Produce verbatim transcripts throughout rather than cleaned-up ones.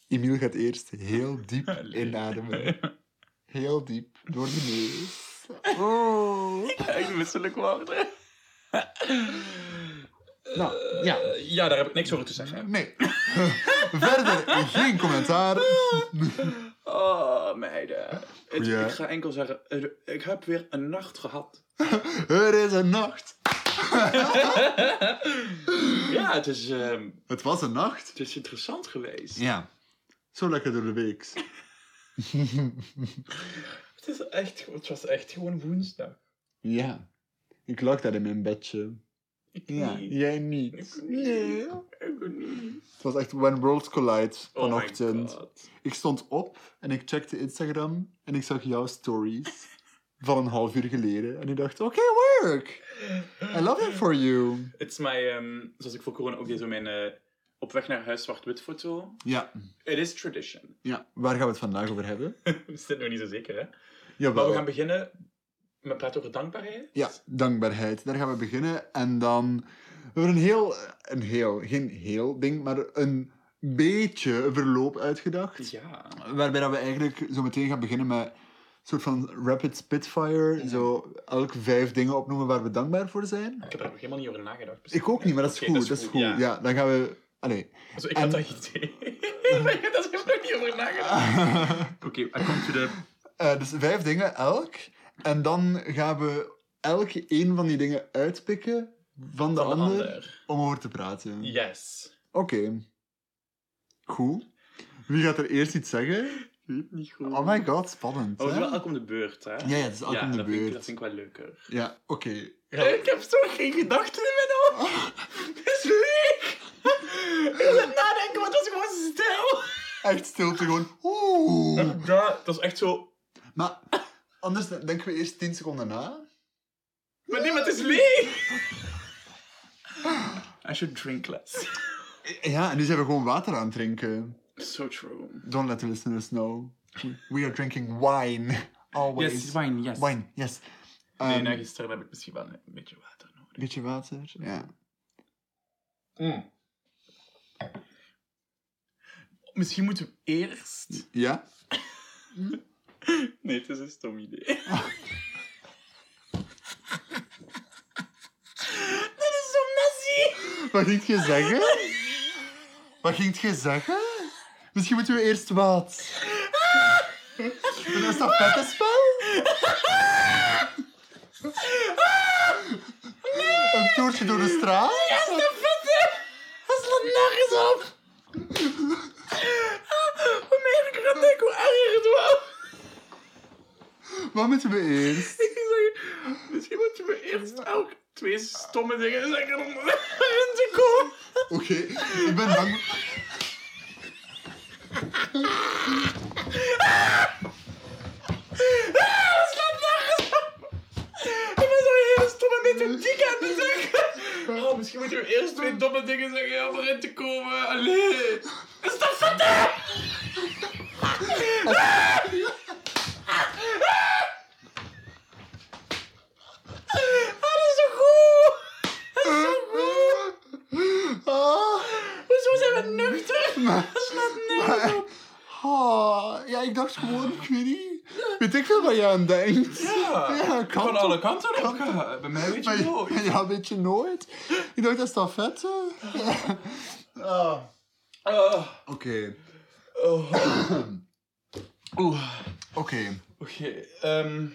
Emiel gaat eerst heel diep inademen. Heel diep, door de neus. Oh. Ik ga echt misselijk worden. Nou, ja. Uh, ja, daar heb ik niks over te zeggen. Nee. Verder, geen commentaar. Oh, meiden. Het, Ja. Ik ga enkel zeggen, ik heb weer een nacht gehad. Er is een nacht. Ja, het is, uh, Het was een nacht. het is interessant geweest. Ja. Zo lekker door de week. Het, is echt, het was echt gewoon woensdag. Ja. Ik lag daar in mijn bedje. Ik Ja, niet. jij niet. Ik niet. Nee. Ik niet. Het was echt when worlds collide Oh my vanochtend. god. Ik stond op en ik checkte Instagram en ik zag jouw stories van een half uur geleden. En ik dacht, oké, okay, work. I love it for you. It's my, um, zoals ik voor corona ook deed, zo mijn uh, op weg naar huis zwart-wit foto. Ja. It is tradition. Ja. Waar gaan we het vandaag over hebben? We zitten nog niet zo zeker, hè? Jawel. Maar we gaan beginnen met praten over dankbaarheid. Ja, dankbaarheid. Daar gaan we beginnen. En dan... We hebben een heel... Een heel... Geen heel ding, maar een beetje een verloop uitgedacht. Ja. Waarbij dat we eigenlijk zo meteen gaan beginnen met... Een soort van rapid spitfire. Ja. Zo elk vijf dingen opnoemen waar we dankbaar voor zijn. Ik heb er nog helemaal niet over nagedacht. Ik ook niet, maar dat is Okay, goed. dat is Dat is goed, goed. ja. Ja, dan gaan we... Allee. Also, ik En- had dat idee. Daar heb ik nog niet over nagedacht. Oké, okay, I come to the... Uh, dus vijf dingen elk. En dan gaan we elk één van die dingen uitpikken van de, Van de ander, ander. om over te praten. Yes. Oké. Okay. Goed. Wie gaat er eerst iets zeggen? Ik weet niet goed. Oh my god, spannend. Oh, het is hè? wel elk om de beurt, hè? Ja, ja, het is elk ja, om de dat vind ik- beurt. dat vind ik wel leuker. Ja, oké. Okay. Ik heb zo geen gedachten in mijn hoofd. Het is leeg. Ik was aan het nadenken, maar het was gewoon stil. Echt stilte gewoon. Oeh. Ja, dat is echt zo... Maar anders denken we eerst tien seconden na. Maar nee, maar het is leeg. I should drink less. Ja, en nu zijn we gewoon water aan het drinken. So true. Don't let the listeners know. We are drinking wine. Always. Yes, wine, yes. Wine, yes. Nee, Um, na gisteren heb ik misschien wel een beetje water nodig. Beetje water, ja. Mm. Misschien moeten we eerst... Ja? Nee, het is een stom idee. Dat is zo messy. Wat ging je zeggen? Wat ging je zeggen? Misschien moeten we eerst wat. Een stafettespel? Een toertje door de straat? Ja, stafette. Dat slaat nergens op. Hoe meer ik eraan denk, hoe erger het wordt. Wat moeten we eerst? Ik zeg, misschien moeten we eerst elk twee stomme dingen zeggen om erin te komen. Oké, ik ben bang. Dat slaat nergens op. Ik ben zo'n hele stomme methodiek aan het zeggen. Oh, misschien moeten we eerst twee domme dingen zeggen om erin te komen. Allee. Is dat vet? Dat is zo goed. Dat is zo goed. Ah, Hoezo zijn we nuchter? Dat slaat nergens op. ah, ja, ik dacht gewoon, ik weet niet. Weet ik veel wat je aan denkt? Ja, Ja, kan van toch? alle kanten op Kan gaan. Bij mij weet je Maar- nooit. Ja, weet je nooit. Ik dacht, dat is stafette. Ah. Oh. Oké. Oh. Oeh. Oké. Oké. ehm.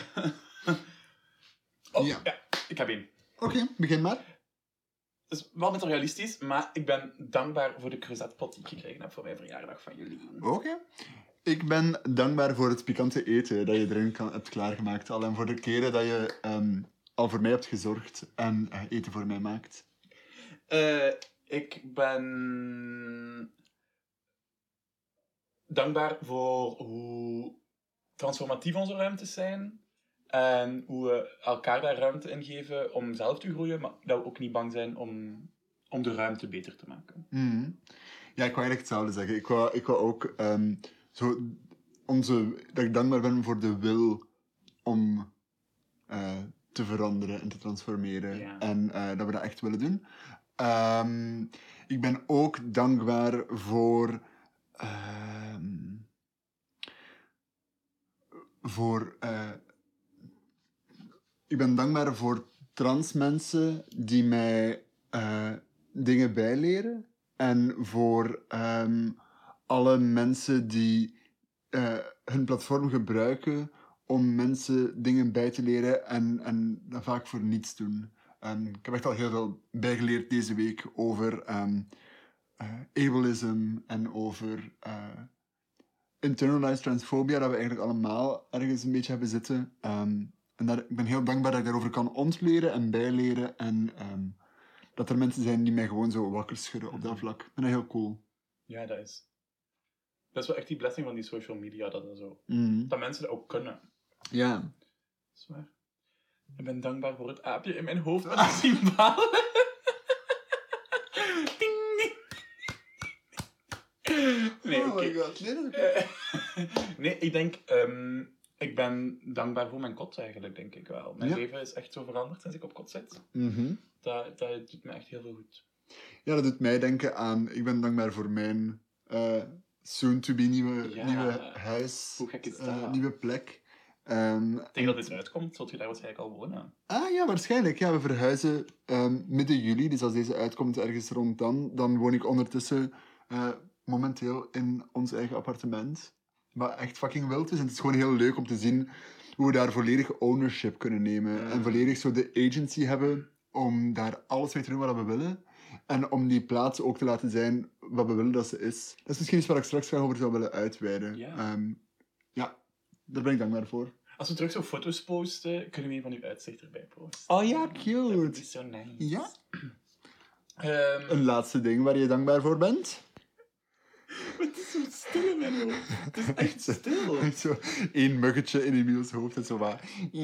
Oh, Ja. ja. Ik heb één. Oké, begin maar. Het is wel materialistisch, maar ik ben dankbaar voor de creusetpot die ik gekregen heb voor mijn verjaardag van jullie. Oké. Ik ben dankbaar voor het pikante eten dat je erin kan, hebt klaargemaakt al. En voor de keren dat je ehm, al voor mij hebt gezorgd en eh, eten voor mij maakt. Eh, ik ben dankbaar voor hoe transformatief onze ruimtes zijn. En hoe we elkaar daar ruimte in geven om zelf te groeien, maar dat we ook niet bang zijn om, om de ruimte beter te maken. Mhm. Ja, ik wou eigenlijk hetzelfde zeggen. Ik wou, ik wou ook ehm, zo onze, dat ik dankbaar ben voor de wil om eh, te veranderen en te transformeren. Ja. En eh, dat we dat echt willen doen. Ehm, ik ben ook dankbaar voor ehm, voor... Uh, ik ben dankbaar voor trans mensen die mij uh, dingen bijleren. En voor um, alle mensen die uh, hun platform gebruiken om mensen dingen bij te leren en, en dat vaak voor niets doen. Um, ik heb echt al heel veel bijgeleerd deze week over um, uh, ableism en over uh, internalized transphobia, dat we eigenlijk allemaal ergens een beetje hebben zitten. Um, en daar, ik ben heel dankbaar dat ik daarover kan ontleren en bijleren en um, dat er mensen zijn die mij gewoon zo wakker schudden op dat vlak. Ik vind dat heel cool. Ja, dat is... Dat is wel echt die blessing van die social media, dat, dat, zo, mm. dat mensen dat ook kunnen. Ja. Dat is waar. Ik ben dankbaar voor het aapje in mijn hoofd met de cymbalen. Ding, ding. Nee, oké. Okay. Oh my god, nee, dat is okay. Nee, ik denk... Um, ik ben dankbaar voor mijn kot eigenlijk, denk ik wel. Mijn ja. leven is echt zo veranderd sinds ik op kot zit. Mm-hmm. Dat, dat doet me echt heel veel goed. Ja, dat doet mij denken aan... Ik ben dankbaar voor mijn uh, soon-to-be nieuwe, ja. nieuwe huis. Hoe gek is dat? Uh, nieuwe plek. Um, Tegen dat dit uitkomt, zult je daar waarschijnlijk al wonen. Ah ja, waarschijnlijk. Ja, we verhuizen um, midden juli, dus als deze uitkomt ergens rond dan, dan woon ik ondertussen uh, momenteel in ons eigen appartement. Wat echt fucking wild is. En het is gewoon heel leuk om te zien hoe we daar volledig ownership kunnen nemen. Mm. En volledig zo de agency hebben om daar alles mee te doen wat we willen. En om die plaats ook te laten zijn wat we willen dat ze is. Dat is misschien iets waar ik straks graag over zou willen uitweiden. Ja. Um, ja, daar ben ik dankbaar voor. Als we terug zo foto's posten, kunnen we een van uw uitzichten erbij posten. Oh ja, cute. Dat is zo nice. Ja? Um, een laatste ding waar je dankbaar voor bent? Het is zo stil in mijn hoofd. Het is echt stil. Echt zo één muggetje in Emiel's hoofd en zo wat...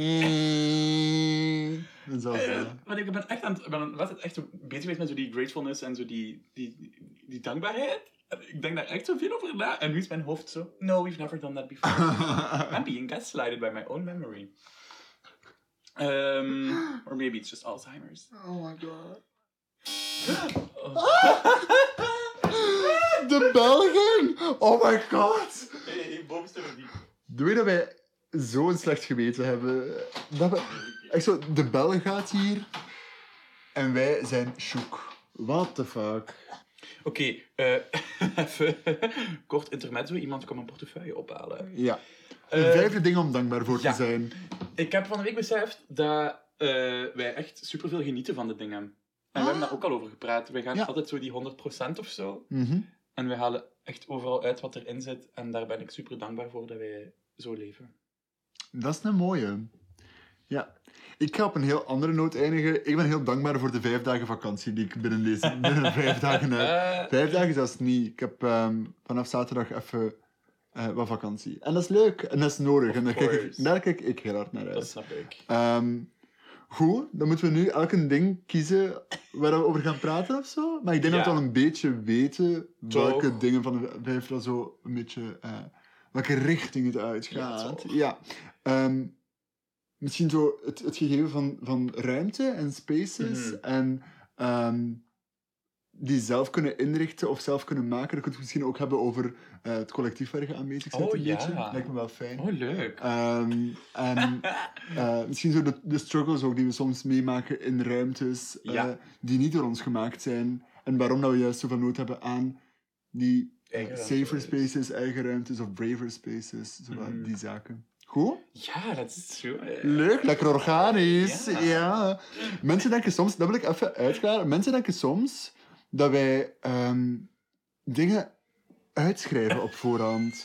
En zo, uh, want ik ben echt aan het... ben was het echt zo bezig geweest met zo die gratefulness en zo die, die, die, die dankbaarheid. Ik denk daar echt zoveel over na. En nu is mijn hoofd zo... No, we've never done that before. I'm being gaslighted by my own memory. Um, or maybe it's just Alzheimer's. Oh my god. Oh. De bel ging! Oh my god! Hey, hey, bovenste verdiep. Doe je dat wij zo'n slecht geweten hebben? Dat we... Echt zo, de bel gaat hier en wij zijn shook. What the fuck? Oké, okay, uh, even kort intermezzo. Iemand kan mijn portefeuille ophalen. Ja. Een uh, vijfde ding om dankbaar voor ja. te zijn. Ik heb van de week beseft dat uh, wij echt superveel genieten van de dingen. En ah. we hebben daar ook al over gepraat. Wij gaan ja. altijd zo die honderd procent of zo. Mm-hmm. En we halen echt overal uit wat erin zit. En daar ben ik super dankbaar voor dat wij zo leven. Dat is een mooie. Ja. Ik ga op een heel andere noot eindigen. Ik ben heel dankbaar voor de vijf dagen vakantie die ik binnen deze binnen vijf dagen heb. Uh, vijf dagen is dat niet. Ik heb um, vanaf zaterdag even uh, wat vakantie. En dat is leuk. En dat is nodig. En daar kijk, ik, daar kijk ik heel hard naar uit. Dat snap ik. Um, goed, dan moeten we nu elk ding kiezen waar we over gaan praten of zo. Maar ik denk ja. dat we al een beetje weten welke Toch. dingen van de vijf dat zo een beetje... Uh, welke richting het uitgaat. Ja. ja. Um, misschien zo het, het gegeven van, van ruimte en spaces. Mm-hmm. En um, die zelf kunnen inrichten of zelf kunnen maken. Dan kun je het misschien ook hebben over uh, het collectief waar je aanwezig bent. Oh een ja. beetje. Lijkt me wel fijn. Oh, leuk. Um, en uh, misschien zo de, de struggles ook die we soms meemaken in ruimtes uh, ja. die niet door ons gemaakt zijn. En waarom dat we juist zoveel nood hebben aan die uh, safer spaces, eigen ruimtes of braver spaces. Zo mm. die zaken. Goed? Ja, dat is zo. Leuk, lekker organisch. Ja. ja. Mensen denken soms, dat wil ik even uitklaren. Mensen denken soms dat wij um, dingen uitschrijven op voorhand.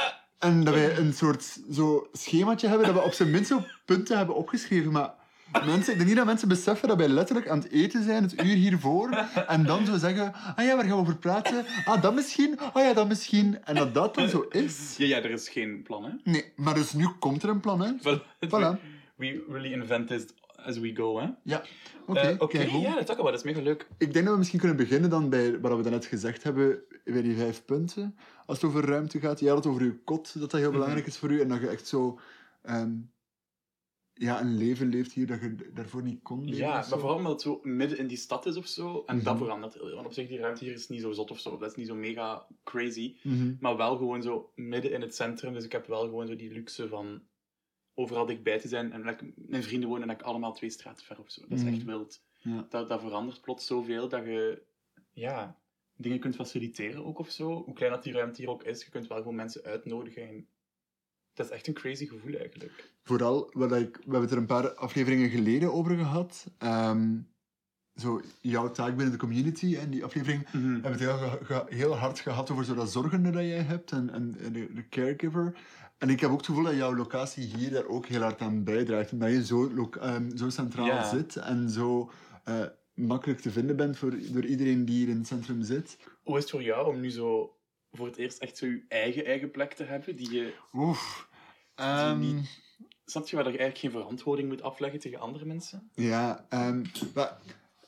En dat wij een soort zo schemaatje hebben dat we op zijn minst zo punten hebben opgeschreven. Maar mensen, ik denk niet dat mensen beseffen dat wij letterlijk aan het eten zijn, het uur hiervoor. En dan zo zeggen, ah ja, waar gaan we over praten? Ah, dat misschien? Ah ja, dat misschien. En dat dat dan zo is. Ja, ja, er is geen plan, hè? Nee, maar dus nu komt er een plan, hè? Well, voilà. We really invent this as we go, hè? Ja. Oké, okay, uh, okay, okay, ja, dat is ook wel. Dat is mega leuk. Ik denk dat we misschien kunnen beginnen dan bij wat we daarnet gezegd hebben, bij die vijf punten. Als het over ruimte gaat. Jij had het over je kot, dat dat heel belangrijk is voor u. En dat je echt zo... Um, ja, een leven leeft hier dat je daarvoor niet kon leven. Ja, of zo. maar vooral omdat het zo midden in die stad is of zo. En Mhm. dat verandert heel veel. Want op zich, die ruimte hier is niet zo zot of zo. Dat is niet zo mega crazy. Mhm. Maar wel gewoon zo midden in het centrum. Dus ik heb wel gewoon zo die luxe van overal dichtbij te zijn. En like, mijn vrienden wonen like, allemaal twee straten ver of zo. Dat is Mhm. echt wild. Ja. Dat, dat verandert plots zoveel dat je ja, dingen kunt faciliteren ook of zo. Hoe klein dat die ruimte hier ook is. Je kunt wel gewoon mensen uitnodigen. En dat is echt een crazy gevoel eigenlijk. Vooral, wat ik, we hebben het er een paar afleveringen geleden over gehad. Ehm, zo, jouw taak binnen de community. En die aflevering Mm-hmm. hebben we het heel, ge- ge- heel hard gehad over zo dat zorgende dat jij hebt. En, en en de, de caregiver. En ik heb ook het gevoel dat jouw locatie hier daar ook heel hard aan bijdraagt. Omdat je zo, lo- ehm, zo centraal Ja. zit. En zo eh, makkelijk te vinden bent voor, door iedereen die hier in het centrum zit. Hoe is het voor jou om nu zo voor het eerst echt zo je eigen, eigen plek te hebben? Die je, Oef. die Ehm, niet- snap je waar je eigenlijk geen verantwoording moet afleggen tegen andere mensen? Ja, um, maar,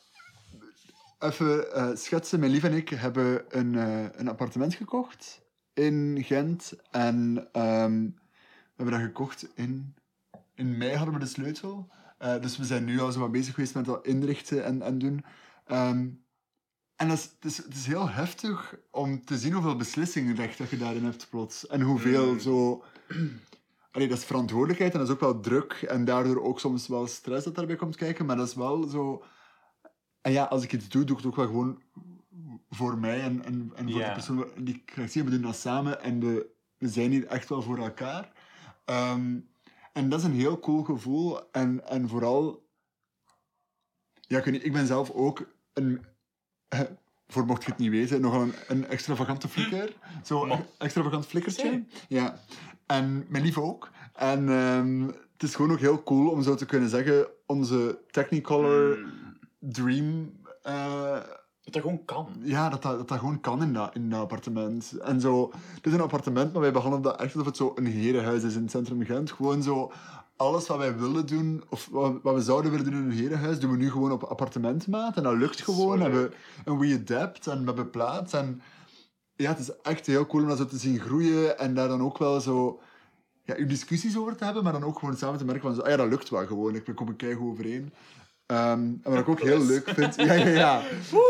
even eh, schetsen. Mijn lief en ik hebben een, eh, een appartement gekocht in Gent. En ehm, we hebben dat gekocht in... In mei hadden we de sleutel. Eh, dus we zijn nu al zo wat bezig geweest met dat inrichten en, en doen. Ehm, en dat is, het, is, het is heel heftig om te zien hoeveel beslissingenrecht dat je daarin hebt plots. En hoeveel Mm. zo... Allee, dat is verantwoordelijkheid en dat is ook wel druk. En daardoor ook soms wel stress dat daarbij komt kijken. Maar dat is wel zo... En ja, als ik iets doe, doe ik het ook wel gewoon voor mij en, en, en voor Ja. de persoon die ik graag zie. We doen dat samen en we, we zijn hier echt wel voor elkaar. Ehm, en dat is een heel cool gevoel. En, en vooral... Ja, ik weet niet, ik ben zelf ook een... eh, voor mocht je het niet weten, nogal een, een extravagante flikker. Zo'n Ma- extravagant flikkertje. Zeg. Ja. En mijn lief ook. En ehm, het is gewoon ook heel cool om zo te kunnen zeggen, onze Technicolor Mm. dream... eh, Dat dat gewoon kan. ja, dat dat, dat dat gewoon kan in dat, in dat appartement. En zo, het is een appartement, maar wij behandelen dat echt alsof het zo een herenhuis is in het centrum Gent. Gewoon zo, alles wat wij willen doen, of wat, wat we zouden willen doen in een herenhuis, doen we nu gewoon op appartementmaat. En dat lukt gewoon. Zo En we, leuk. en we adapt en we hebben plaats. En ja, het is echt heel cool om dat zo te zien groeien. En daar dan ook wel zo... Ja, uw discussies over te hebben, maar dan ook gewoon samen te merken van zo, ah ja, dat lukt wel gewoon. Ik kom er keigoed overeen. Ehm, en wat ik ook heel leuk vind... Ja, ja, ja.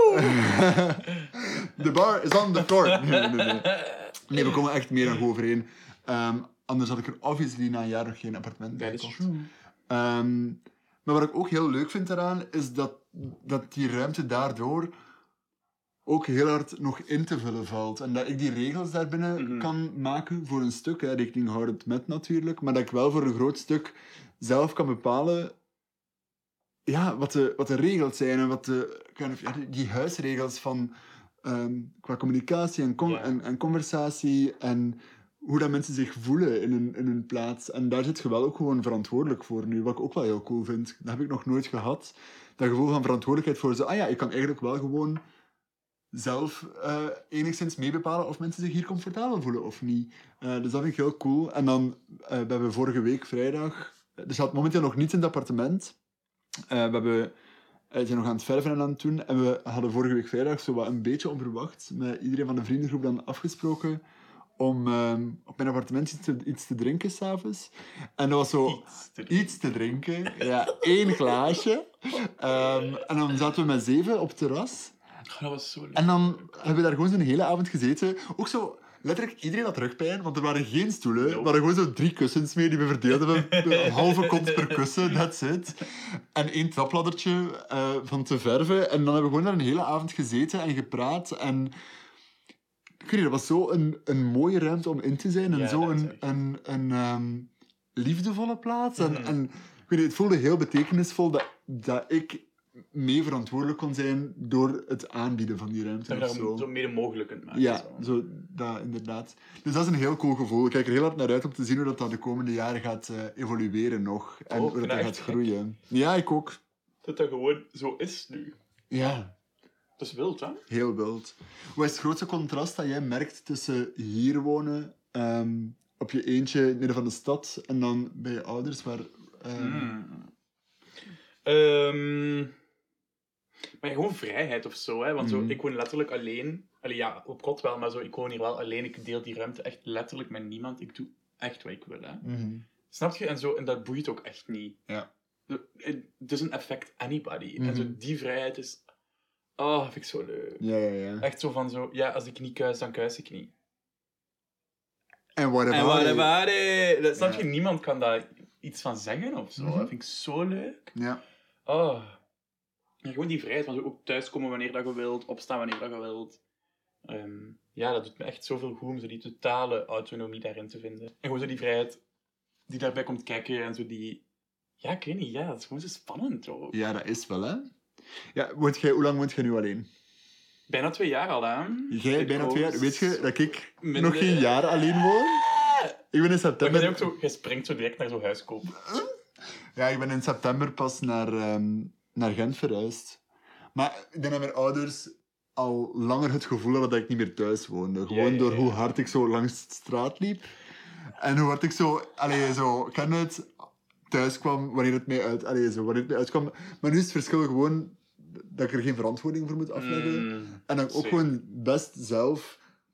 De bar is on the court. Nee, nee, nee. Nee, we komen echt meer dan goed overeen. Ehm, anders had ik er obviously na een jaar nog geen appartement bij Dat is gekocht. true. Ehm, maar wat ik ook heel leuk vind daaraan, is dat, dat die ruimte daardoor ook heel hard nog in te vullen valt. En dat ik die regels daarbinnen Mhm. kan maken voor een stuk. Hè, rekening houdend met natuurlijk. Maar dat ik wel voor een groot stuk zelf kan bepalen ja, wat, de, wat de regels zijn. En wat de, kind of, ja, die- die huisregels van ehm, qua communicatie en, con- Ja. en, en conversatie. En hoe dat mensen zich voelen in een, in een plaats. En daar zit je wel ook gewoon verantwoordelijk voor nu. Wat ik ook wel heel cool vind. Dat heb ik nog nooit gehad. Dat gevoel van verantwoordelijkheid voor zo... Ah ja, ik kan eigenlijk wel gewoon zelf eh, enigszins meebepalen of mensen zich hier comfortabel voelen of niet. Eh, dus dat vind ik heel cool. En dan eh, we hebben vorige week vrijdag... Er staat momenteel nog niets in het appartement. Eh, we hebben, eh, zijn nog aan het verven en aan het doen. En we hadden vorige week vrijdag zo wat een beetje onverwacht met iedereen van de vriendengroep dan afgesproken om ehm, op mijn appartement iets te, iets te drinken s'avonds. En dat was zo... Iets te doen. Iets te drinken. Ja, één glaasje. Ehm, en dan zaten we met zeven op het terras. Oh, dat was zo leuk. En dan hebben we daar gewoon zo'n hele avond gezeten. Ook zo, letterlijk iedereen had rugpijn, want er waren geen stoelen. Er Nope. waren gewoon zo drie kussens mee die we verdeeld hebben. Een halve kont per kussen, that's it. En één trapladdertje eh, van te verven. En dan hebben we gewoon daar een hele avond gezeten en gepraat. En ik weet niet, dat was zo een, een mooie ruimte om in te zijn. En Ja, zo dat is een, echt. een, een ehm, liefdevolle plaats. En, Mhm. en ik weet niet, het voelde heel betekenisvol dat, dat ik mee verantwoordelijk kon zijn door het aanbieden van die ruimte. Dat je of dat zo. zo mede mogelijk kunt maken. Ja, zo. zo, dat, inderdaad. Dus dat is een heel cool gevoel. Ik kijk er heel hard naar uit om te zien hoe dat, dat de komende jaren gaat eh, evolueren nog. En Oh, hoe dat, ik dat vind gaat dat echt groeien. Ja, ik ook. Dat dat gewoon zo is nu. Ja, Dat is wild, hè? heel wild. Wat is het grootste contrast dat jij merkt tussen hier wonen, ehm, op je eentje in het midden van de stad, en dan bij je ouders, waar... ehm, Mm. Ehm, maar ja, gewoon vrijheid of zo, hè. Want zo, Mhm. ik woon letterlijk alleen. Allee, ja, op kot wel, maar zo, ik woon hier wel alleen. Ik deel die ruimte echt letterlijk met niemand. Ik doe echt wat ik wil, hè. mhm. Snap je? En, zo, en dat boeit ook echt niet. Ja. It doesn't affect anybody. Mhm. En zo die vrijheid is... Oh, vind ik zo leuk. Ja, ja, ja. Echt zo van zo... Ja, als ik niet kuis, dan kuis ik niet. En what En about what it? about it? Dat, snap je? Ja. Niemand kan daar iets van zeggen of zo. Mhm. Dat vind ik zo leuk. Ja. Oh. En gewoon die vrijheid van zo ook thuiskomen wanneer dat je wilt, opstaan wanneer dat je wilt. Ehm, ja, dat doet me echt zoveel goed om zo die totale autonomie daarin te vinden. En gewoon zo die vrijheid die daarbij komt kijken en zo die... Ja, ik weet niet, ja, dat is gewoon zo spannend ook. Ja, dat is wel, hè. Ja, woont jij, hoe lang woont jij nu alleen? Bijna twee jaar al, hè? Jij, Ik bijna woon twee jaar. Weet je dat ik minder- nog geen jaar alleen woon? Ik ben in Maar je, september... ook zo, je springt zo direct naar zo'n huis kopen. Ja, ik ben in september pas naar, ehm, naar Gent verhuisd. Maar ik denk dat mijn ouders al langer het gevoel hadden dat ik niet meer thuis woonde. Gewoon Ja, ja, door ja. hoe hard ik zo langs de straat liep. En hoe hard ik zo... Allee, zo... Ken je het? Thuis kwam wanneer het mij uit... Allee, zo, wanneer het mij uitkwam. Maar nu is het verschil gewoon dat ik er geen verantwoording voor moet afleggen. Mm, En dat ik ook zeker. gewoon best zelf...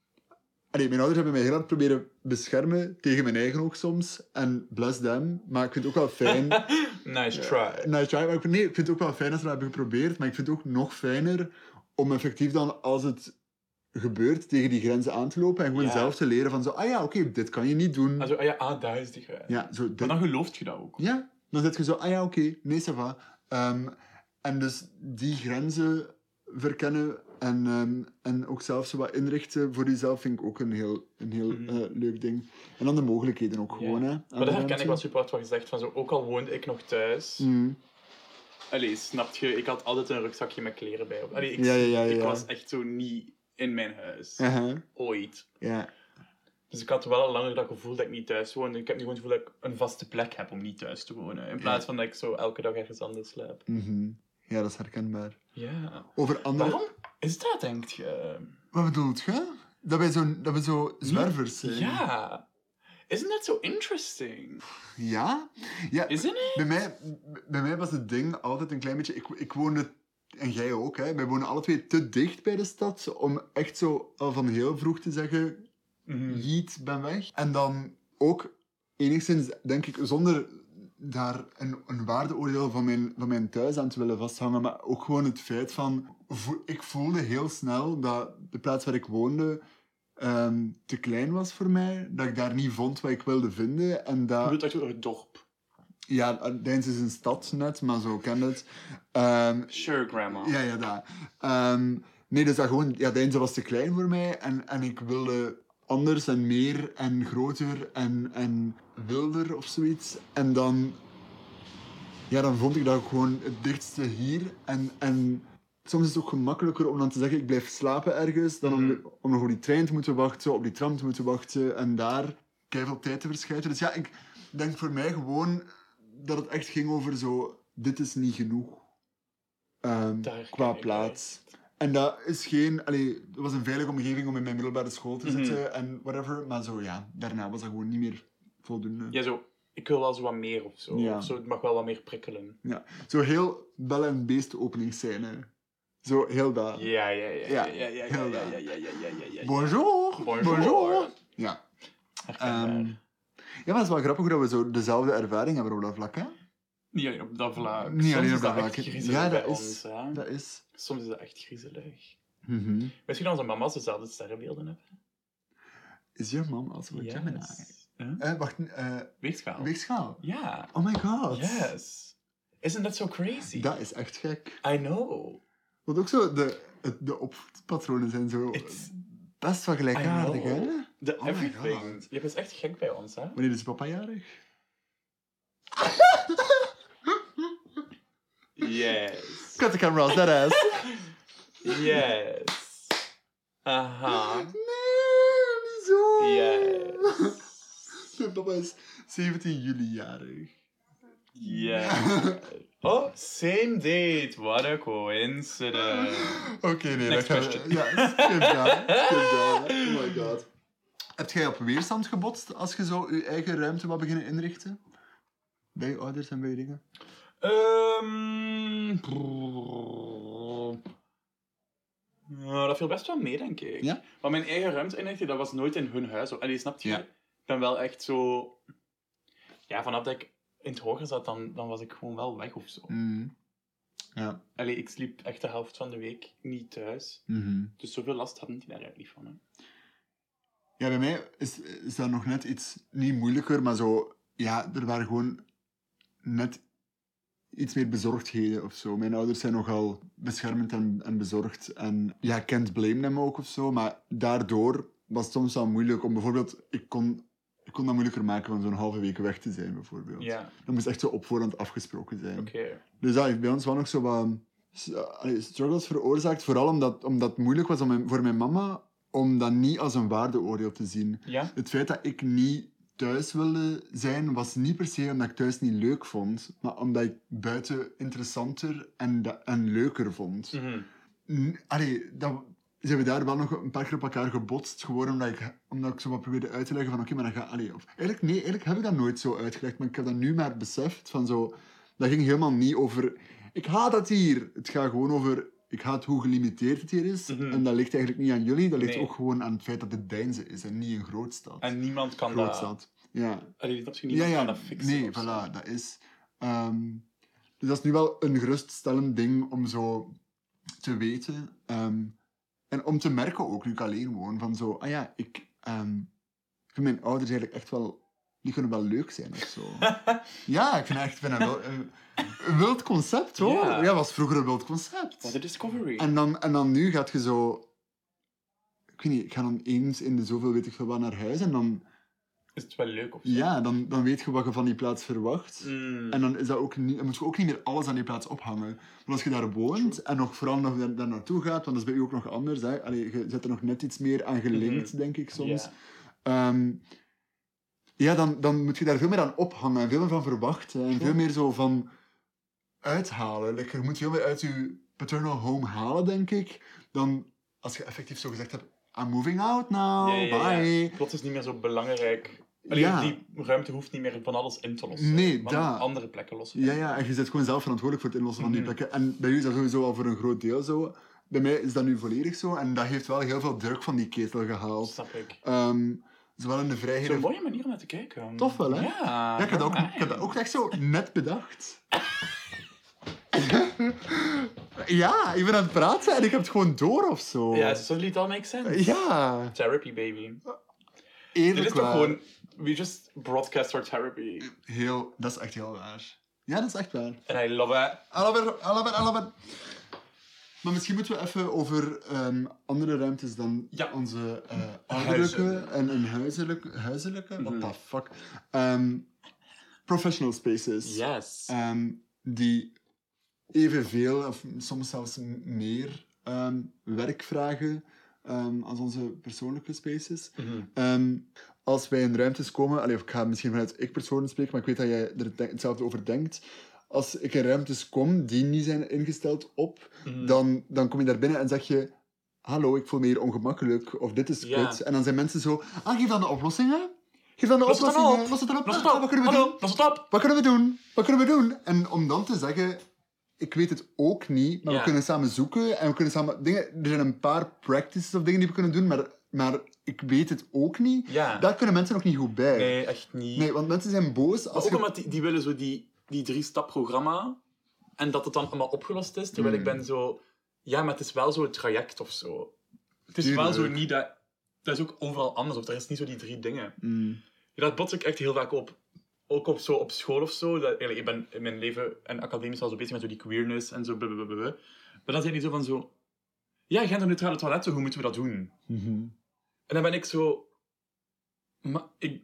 Allee, mijn ouders hebben mij heel hard proberen beschermen tegen mijn eigen ook soms. En bless them. Maar ik vind het ook wel fijn... Nice try. Nice try. Maar ik vind, nee, ik vind het ook wel fijn dat ze dat hebben geprobeerd. Maar ik vind het ook nog fijner om effectief dan, als het gebeurt, tegen die grenzen aan te lopen. En gewoon Ja. zelf te leren van zo... Ah ja, oké, dit kan je niet doen. Also, ah ja, ah, daar is die grens. Ja, zo... Maar Dit... dan gelooft je dat ook. Ja, dan zit je zo... Ah ja, oké, nee, ça va. Ehm, en dus die grenzen verkennen en, ehm, en ook zelf zo wat inrichten voor jezelf vind ik ook een heel, een heel Mhm. eh, leuk ding. En dan de mogelijkheden ook gewoon, hè. aan Maar de dat herken ik ruimte. wel super hard wat je zegt. Van zo, ook al woonde ik nog thuis. Mm. Allee, snap je? Ik had altijd een rugzakje met kleren bij. Allee, ik, Ja, ja, ja, ik ja. was echt zo niet in mijn huis. Uh-huh. Ooit. Ja. Dus ik had wel al langer dat gevoel dat ik niet thuis woonde. Ik heb nu gewoon het gevoel dat ik een vaste plek heb om niet thuis te wonen. In plaats van dat ik zo elke dag ergens anders slaap. Mhm. Ja, dat is herkenbaar. Ja. Over andere... Waarom is dat, denk je? Wat bedoelt je? Dat wij zo, dat we zo zwervers zijn? Ja. Isn't that so interesting? Ja? Ja, Isn't it? bij mij, bij mij was het ding altijd een klein beetje... Ik, ik woonde... En jij ook, hè. Wij wonen alle twee te dicht bij de stad om echt zo al van heel vroeg te zeggen... Mhm. Jeet, ben weg. En dan ook enigszins, denk ik, zonder daar een, een waardeoordeel van mijn, van mijn thuis aan te willen vasthangen, maar ook gewoon het feit van... vo- Ik voelde heel snel dat de plaats waar ik woonde ehm, te klein was voor mij. Dat ik daar niet vond wat ik wilde vinden. En Je dat... bedoelt echt over het dorp. Ja, Deins is een stad net, maar zo ken je het. Ehm, Sure, grandma. ja, ja, dat. Ehm, nee, dus dat gewoon... Ja, Deinze was te klein voor mij. En, en ik wilde anders en meer en groter en, en wilder of zoiets. En dan... Ja, dan vond ik dat ook gewoon het dichtste hier. En, en soms is het ook gemakkelijker om dan te zeggen, ik blijf slapen ergens, dan om, Mhm. om nog op die trein te moeten wachten, op die tram te moeten wachten en daar keiveel tijd te verschuiven. Dus ja, ik denk voor mij gewoon dat het echt ging over zo, dit is niet genoeg. Ehm, Daar herken qua ik plaats. En dat is geen... Allee, het was een veilige omgeving om in mijn middelbare school te Mhm. zitten en whatever. Maar zo, ja, daarna was dat gewoon niet meer voldoende. Ja, zo. Ik wil wel zo wat meer of zo. Ja. Of zo. Het mag wel wat meer prikkelen. Ja. Zo heel bel en beest openingsscène. Zo heel dat. Ja, ja, ja. Ja, Ja, ja, ja, ja, heel ja, dat. ja, ja, ja, ja, ja, ja. Bonjour. Bonjour. Ja. Herkenbaar. Ehm, ja, maar het is wel grappig hoe dat we zo dezelfde ervaring hebben op dat vlak, hè? Niet alleen op dat vlak. Niet Soms alleen is op dat dat vlak. echt griezelig Ja, bij dat is- ons. Hè? Dat is... Soms is dat echt griezelig. Mhm. Weet je dat onze mama's dezelfde sterrenbeelden hebben? Is je man als een Gemini? Huh? Eh, wacht, eh Weegschaal. weegschaal. Ja. Oh my god. Yes. Isn't that so crazy? Dat is echt gek. I know. Want ook zo, de, het- de opvoedpatronen zijn zo It's- best wel gelijkaardig, I hè? know. The Oh my everything. God. Je bent echt gek bij ons, hè? Wanneer is papa jarig? Yes. Cut the camera, that ass. Yes. Aha. Nee, niet zo. Yes. Mijn papa is zeventien juli jarig. Yes. Oh, same date. What a coincidence. Oké, nee, Next dat gaan we... question. Ja, skip that. Skip that. Oh my god. Heb jij op weerstand gebotst als je zo je eigen ruimte wat beginnen inrichten? Bij je ouders en bij je dingen? Ehm brrr. Nou, dat viel best wel mee, denk ik. Ja? Maar mijn eigen ruimte inrichten, dat was nooit in hun huis. En je snapt je? Ja. Ik ben wel echt zo... ja, vanaf dat ik in het hoger zat, dan, dan was ik gewoon wel weg of zo. Mm. Ja. Allee, ik sliep echt de helft van de week niet thuis. Mm-hmm. Dus zoveel last hadden die daar eigenlijk niet van. Hè. Ja, bij mij is, is dat nog net iets, niet moeilijker, maar zo... Ja, er waren gewoon net iets meer bezorgdheden of zo. Mijn ouders zijn nogal beschermend en, en bezorgd. En ja, ik can't blame them ook of zo, maar daardoor was het soms wel moeilijk om bijvoorbeeld... Ik kon, ik kon dat moeilijker maken van zo'n halve week weg te zijn, bijvoorbeeld. Ja. Dat moest echt zo op voorhand afgesproken zijn. Oké. Okay. Dus ja, heeft bij ons wel nog zo wat uh, struggles veroorzaakt. Vooral omdat, omdat het moeilijk was om mijn, voor mijn mama om dat niet als een waardeoordeel te zien. Ja? Het feit dat ik niet thuis wilde zijn, was niet per se omdat ik thuis niet leuk vond, maar omdat ik buiten interessanter en, da- en leuker vond. Mm-hmm. N- Allee, dat... zijn we daar wel nog een paar keer op elkaar gebotst, gewoon omdat ik, omdat ik zo wat probeerde uit te leggen van oké, okay, maar dan ga... Allee, of, eigenlijk, nee, eigenlijk heb ik dat nooit zo uitgelegd, maar ik heb dat nu maar beseft van zo... Dat ging helemaal niet over... Ik haat het hier! Het gaat gewoon over... Ik haat hoe gelimiteerd het hier is. Mm-hmm. En dat ligt eigenlijk niet aan jullie, dat ligt Nee. ook gewoon aan het feit dat het Deinze is en niet een grootstad. En niemand kan grootstad. dat... Ja. Allee, dat misschien Ja, niemand ja, kan dat fixen. nee, of zo. voilà, dat is... Um, dus dat is nu wel een geruststellend ding om zo te weten. Um, en om te merken ook, nu ik alleen woon, van zo... Ah ja, ik... Um, ik vind mijn ouders eigenlijk echt wel... Die kunnen wel leuk zijn of zo. Ja, ik vind echt vind dat wel een, een wild concept, hoor. Ja. Ja, was vroeger een wild concept. Wat een discovery. En dan, en dan nu gaat je zo... Ik weet niet, ik ga dan eens in de zoveel weet ik veel wat naar huis en dan... Is het wel leuk of zo? Ja, dan, dan weet je wat je van die plaats verwacht. Mm. En dan, is dat ook niet, dan moet je ook niet meer alles aan die plaats ophangen. Want als je daar woont True. en nog vooral nog daar, daar naartoe gaat, want dat is bij u ook nog anders. Hè? Allee, je zit er nog net iets meer aan gelinkt, Mm-hmm. denk ik soms. Ja. Um, ja, dan, dan moet je daar veel meer aan ophangen en veel meer van verwachten. En True. veel meer zo van uithalen. Like, je moet veel meer uit je paternal home halen, denk ik. Dan als je effectief zo gezegd hebt, I'm moving out now, Ja, ja, ja. bye. Plots is het niet meer zo belangrijk. Allee, Ja. Die ruimte hoeft niet meer van alles in te lossen. Nee, van dat. andere plekken lossen. Ja, ja, en je bent gewoon zelf verantwoordelijk voor het inlossen van die Mhm. plekken. En bij u is dat sowieso al voor een groot deel zo. Bij mij is dat nu volledig zo. En dat heeft wel heel veel druk van die ketel gehaald. Snap ik. Um, zowel in de vrijheid... Zo'n mooie manier om naar te kijken. Tof wel, hè? Ja. Ja, ik heb, dat ook, ik heb dat ook echt zo net bedacht. Ja, ik ben aan het praten en ik heb het gewoon door of zo. Ja, suddenly it all makes sense. Ja, Therapy, baby. eerlijk Dit is toch waar. gewoon... We just broadcast our therapy. Heel, dat is echt heel waar. Ja, dat is echt waar. And I love it. I love it, I love it, I love it. Maar misschien moeten we even over um, andere ruimtes dan Ja. onze uh, ouderlijke Huizen. en een huiselijke... Huiselijke? Mhm. What the fuck? Um, professional spaces. Yes. Um, die evenveel, of soms zelfs meer, um, werk vragen um, als onze persoonlijke spaces. Mhm. Um, als wij in ruimtes komen... Allee, of ik ga misschien vanuit ik-persoon spreken, maar ik weet dat jij er denk- hetzelfde over denkt. Als ik in ruimtes kom die niet zijn ingesteld op, Mhm. dan, dan kom je daar binnen en zeg je... Hallo, ik voel me hier ongemakkelijk, of dit is Ja. kut. En dan zijn mensen zo... Ah, geef dan de oplossingen. Geef dan de Los het dan oplossingen. op. Los het dan op. Los Ah, het op. Wat kunnen we Hallo, doen? los het op. Wat kunnen we doen? Wat kunnen we doen? En om dan te zeggen... Ik weet het ook niet, maar Ja. we kunnen samen zoeken en we kunnen samen... Dingen, er zijn een paar practices of dingen die we kunnen doen, maar, maar ik weet het ook niet. Ja. Daar kunnen mensen nog niet goed bij. Nee, echt niet. Nee, want mensen zijn boos Maar als ook je... omdat die, die willen zo die, die drie-stap programma en dat het dan allemaal opgelost is, terwijl Mm. ik ben zo... Ja, maar het is wel zo het traject of zo. Het is Tuurlijk. wel zo niet dat... Dat is ook overal anders, of er is niet zo die drie dingen. Mm. Ja, dat bots ik echt heel vaak op. Ook op, zo, op school of zo. Dat, eigenlijk, ik ben in mijn leven en academisch al zo bezig met zo die queerness en zo. Blablabla. Maar dan zijn die zo van zo... Ja, genderneutrale toiletten, hoe moeten we dat doen? Mhm. En dan ben ik zo... Maar ik...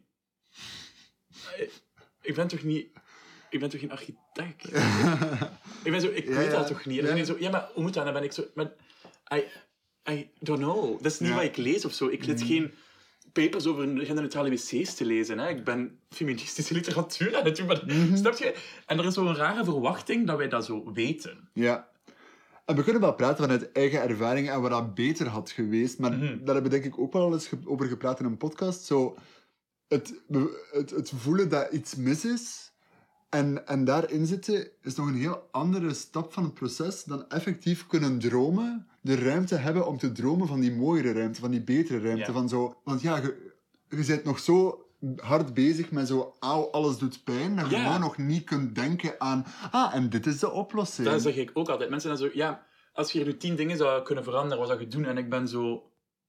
Ik, ik ben toch niet... Ik ben toch geen architect? ik ben zo... Ik Ja, weet ja. dat toch niet? En dan Ja. ben je zo... Ja, maar hoe moet dat? En dan ben ik zo... Maar, I, I don't know. Dat is niet Ja. wat ik lees of zo. Ik lees Mm. geen papers over genderneutrale wc's te lezen. Hè. Ik ben feministische literatuur aan het doen. Maar, Mhm. Snap je? En er is zo'n rare verwachting dat wij dat zo weten. Ja. En we kunnen wel praten vanuit eigen ervaring en wat dat beter had geweest, maar Mhm. daar hebben we denk ik ook wel eens ge- over gepraat in een podcast. Zo, het, het, het voelen dat iets mis is en, en daarin zitten is nog een heel andere stap van het proces dan effectief kunnen dromen, de ruimte hebben om te dromen van die mooiere ruimte, van die betere ruimte. Ja. Van zo, want ja, je, je bent nog zo hard bezig met zo, auw, alles doet pijn, dat je Ja. gewoon nog niet kunt denken aan, ah, en dit is de oplossing. Dat zeg ik ook altijd. Mensen zijn zo, ja, als je hier nu tien dingen zou kunnen veranderen, wat zou je doen? En ik ben zo...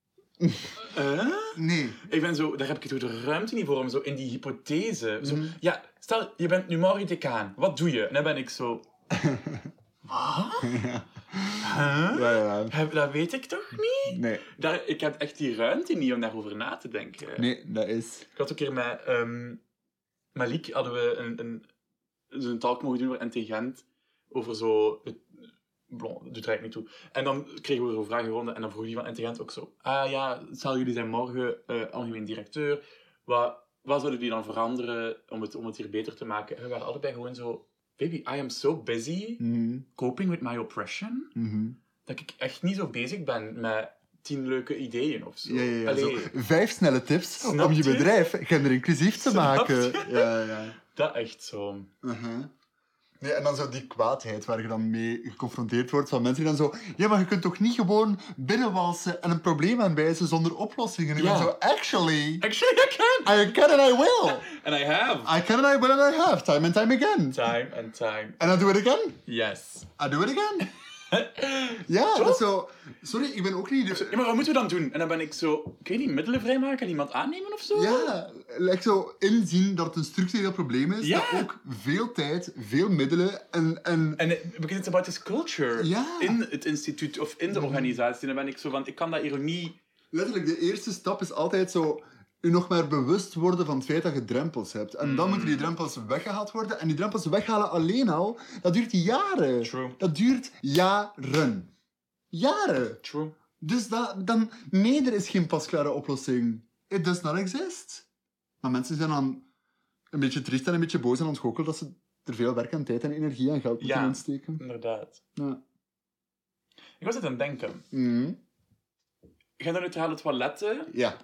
Uh? Nee. Ik ben zo, daar heb ik toch de ruimte niet voor om zo in die hypothese. Zo, Mhm. ja, stel, je bent nu morgen decaan. Wat doe je? En dan ben ik zo... Wat? Ja. Huh? Ja, ja. Heb- Dat weet ik toch niet? Nee. Daar, ik heb echt die ruimte niet om daarover na te denken. Nee, dat is... Ik had ook een keer met um, Malik hadden we een, een, een talk mogen doen voor N T Gent over zo... Het, Blon, dat doet er eigenlijk niet toe. En dan kregen we zo vragen gewonnen en dan vroeg die van N T Gent ook zo... Ah ja, stel jullie zijn morgen uh, algemeen directeur. Wat, wat zouden die dan veranderen om het, om het hier beter te maken? En we waren allebei gewoon zo... Baby, I am so busy Mhm. coping with my oppression, Mhm. dat ik echt niet zo bezig ben met tien leuke ideeën of zo. Ja, ja, ja. Allee, Zo, vijf snelle tips Snap om je je? bedrijf genderinclusief te Snap maken. je? Ja, ja. dat echt zo. Uh-huh. Nee, en dan zo die kwaadheid waar je dan mee geconfronteerd wordt van mensen die dan zo... Ja, maar je kunt toch niet gewoon binnenwalsen en een probleem aanwijzen zonder oplossingen? En ik Ja. ben zo, actually, Actually, I can! I can and I will. And I have. I can and I will and I have, time and time again. Time and time. And I do it again. Yes. I do it again. Ja, dat is zo... Sorry, ik ben ook niet... De... Ja, maar wat moeten we dan doen? En dan ben ik zo... Kun je die middelen vrijmaken en iemand aannemen of zo? Ja, like zo inzien dat het een structureel probleem is, Ja. dat ook veel tijd, veel middelen en... en... En because it's about this culture Ja. in het instituut of in de organisatie. En dan ben ik zo van... Ik kan dat hier niet... Letterlijk, de eerste stap is altijd zo... Je nog maar bewust worden van het feit dat je drempels hebt. En dan Mm. moeten die drempels weggehaald worden. En die drempels weghalen alleen al, dat duurt jaren. True. Dat duurt jaren. Jaren. True. Dus dat, dan... Nee, er is geen pasklare oplossing. It does not exist. Maar mensen zijn dan een beetje triest en een beetje boos en ontgoocheld dat ze er veel werk en tijd en energie en geld moeten Ja. insteken. Inderdaad. Ja. Ik was het aan het denken. Mhm. Genderneutrale toiletten... Ja.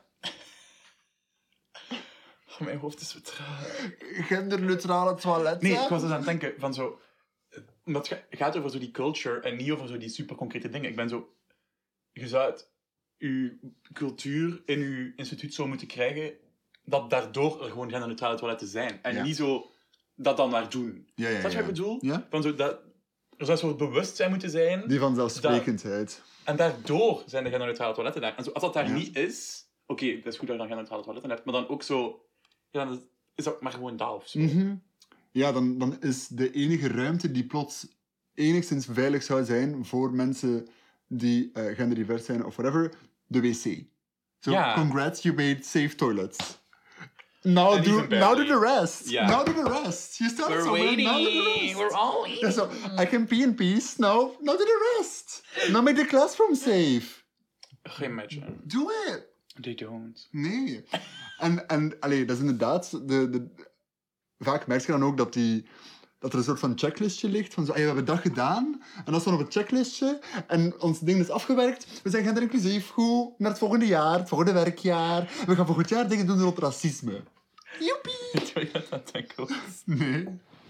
Oh, mijn hoofd is zo traag. Genderneutrale toiletten. Nee, ik was dus aan het denken van zo... Omdat het ga- gaat over zo die culture en niet over zo die super concrete dingen. Ik ben zo... Je zou het, je cultuur in je instituut zo moeten krijgen dat daardoor er gewoon genderneutrale toiletten zijn. En Ja. niet zo dat dan maar doen. Ja, ja, Snap je ja. wat ik bedoel? Ja? Van zo dat, er zou een soort bewustzijn moeten zijn. Die vanzelfsprekendheid. En daardoor zijn de genderneutrale toiletten daar. En zo, als dat daar Ja. niet is... Oké, okay, dat is goed dat je dan genderneutrale toiletten hebt. Maar dan ook zo... Ja, dan is dat maar gewoon dat of zo. Mhm. Ja, dan, dan is de enige ruimte die plots enigszins veilig zou zijn voor mensen die uh, genderdivers zijn of whatever, de wc. So, Ja. congrats, you made safe toilets. Now And do, even now do barely. the rest. Ja. Now do the rest. You started We're somewhere, waiting. now do the rest. We're all waiting. Ja, so, I can pee in peace, now, now do the rest. Now make the classroom safe. Imagine. Do it. They don't. Nee. En, en allee, dat is inderdaad... De, de, vaak merk je dan ook dat, die, dat er een soort van checklistje ligt. Van zo, hey, we hebben dat gedaan. En dat is dan op het checklistje. En ons ding is afgewerkt. We zijn genderinclusief. Goed. Naar het volgende jaar. Het volgende werkjaar. En we gaan volgend jaar dingen doen rond racisme. Joepie. Weet je wat dat dan komt? Nee.